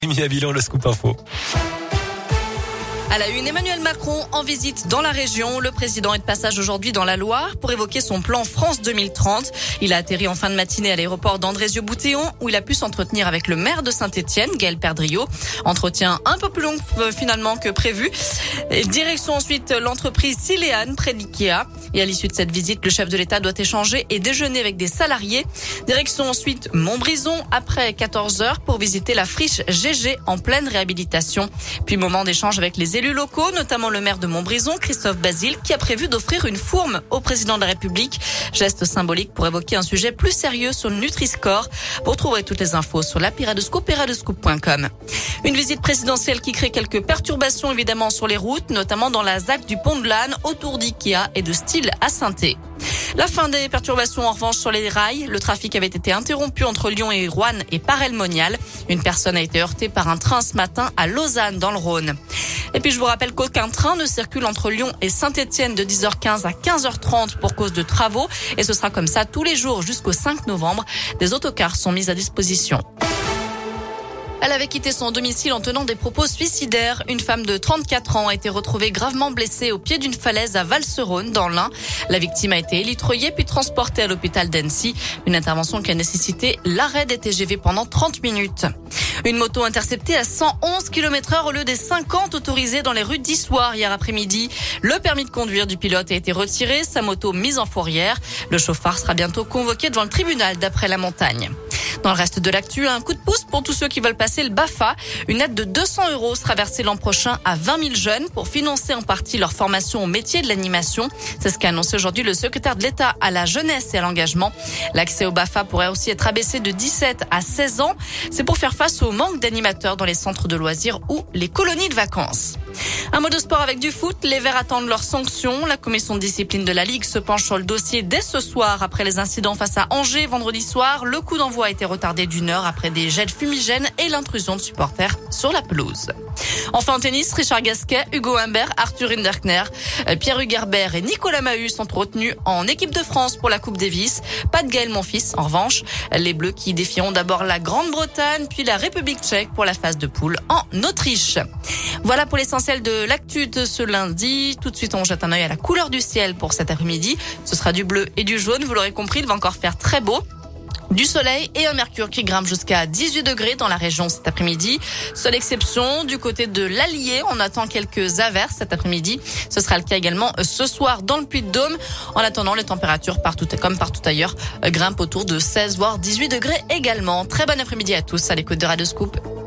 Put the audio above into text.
Emilia Bilan, le scoop info. À la une, Emmanuel Macron en visite dans la région. Le président est de passage aujourd'hui dans la Loire pour évoquer son plan France 2030. Il a atterri en fin de matinée à l'aéroport d'Andrézieux-Bouthéon où il a pu s'entretenir avec le maire de Saint-Étienne, Gaël Perdriau. Entretien un peu plus long finalement que prévu. Et direction ensuite l'entreprise Siléane près d'Ikea. Et à l'issue de cette visite, le chef de l'État doit échanger et déjeuner avec des salariés. Direction ensuite Montbrison après 14h pour visiter la friche GG en pleine réhabilitation. Puis moment d'échange avec les élus locaux, notamment le maire de Montbrison, Christophe Basile, qui a prévu d'offrir une fourme au président de la République. Geste symbolique pour évoquer un sujet plus sérieux sur le Nutri-Score. Vous retrouverez toutes les infos sur l'appli Radio Scoop et radioscoop.com. Une visite présidentielle qui crée quelques perturbations évidemment sur les routes, notamment dans la ZAC du Pont de l'Âne, autour d'Ikea et de Style à Sainté. La fin des perturbations en revanche sur les rails. Le trafic avait été interrompu entre Lyon et Rouen et Paray-le-Monial. Une personne a été heurtée par un train ce matin à Lausanne dans le Rhône. Et puis je vous rappelle qu'aucun train ne circule entre Lyon et Saint-Étienne de 10h15 à 15h30 pour cause de travaux. Et ce sera comme ça tous les jours jusqu'au 5 novembre. Des autocars sont mis à disposition. Elle avait quitté son domicile en tenant des propos suicidaires. Une femme de 34 ans a été retrouvée gravement blessée au pied d'une falaise à Val-Serone, dans l'Ain. La victime a été élitreillée puis transportée à l'hôpital d'Annecy. Une intervention qui a nécessité l'arrêt des TGV pendant 30 minutes. Une moto interceptée à 111 km/h au lieu des 50 autorisés dans les rues d'Issoire hier après-midi. Le permis de conduire du pilote a été retiré, sa moto mise en fourrière. Le chauffard sera bientôt convoqué devant le tribunal d'après la montagne. Dans le reste de l'actu, un coup de pouce pour tous ceux qui veulent passer le BAFA. Une aide de 200 € sera versée l'an prochain à 20 000 jeunes pour financer en partie leur formation au métier de l'animation. C'est ce qu'a annoncé aujourd'hui le secrétaire de l'État à la jeunesse et à l'engagement. L'accès au BAFA pourrait aussi être abaissé de 17 à 16 ans. C'est pour faire face au manque d'animateurs dans les centres de loisirs ou les colonies de vacances. Un mot de sport avec du foot. Les Verts attendent leurs sanctions. La commission de discipline de la Ligue se penche sur le dossier dès ce soir après les incidents face à Angers vendredi soir. Le coup d'envoi a été retardé d'1 heure après des jets fumigènes et l'intrusion de supporters sur la pelouse. Enfin en tennis, Richard Gasquet, Hugo Humbert, Arthur Hinderkner, Pierre Hugerbert et Nicolas Mahut sont retenus en équipe de France pour la Coupe Davis. Pas de Gaël Monfils en revanche. Les Bleus qui défieront d'abord la Grande-Bretagne puis la République tchèque pour la phase de poule en Autriche. Voilà pour l'essentiel de l'actu de ce lundi. Tout de suite, on jette un œil à la couleur du ciel pour cet après-midi. Ce sera du bleu et du jaune. Vous l'aurez compris, il va encore faire très beau. Du soleil et un mercure qui grimpe jusqu'à 18 degrés dans la région cet après-midi. Seule exception, du côté de l'Allier, on attend quelques averses cet après-midi. Ce sera le cas également ce soir dans le Puy-de-Dôme. En attendant, les températures partout, comme partout ailleurs, grimpent autour de 16 voire 18 degrés également. Très bon après-midi à tous à l'écoute de Radio Scoop.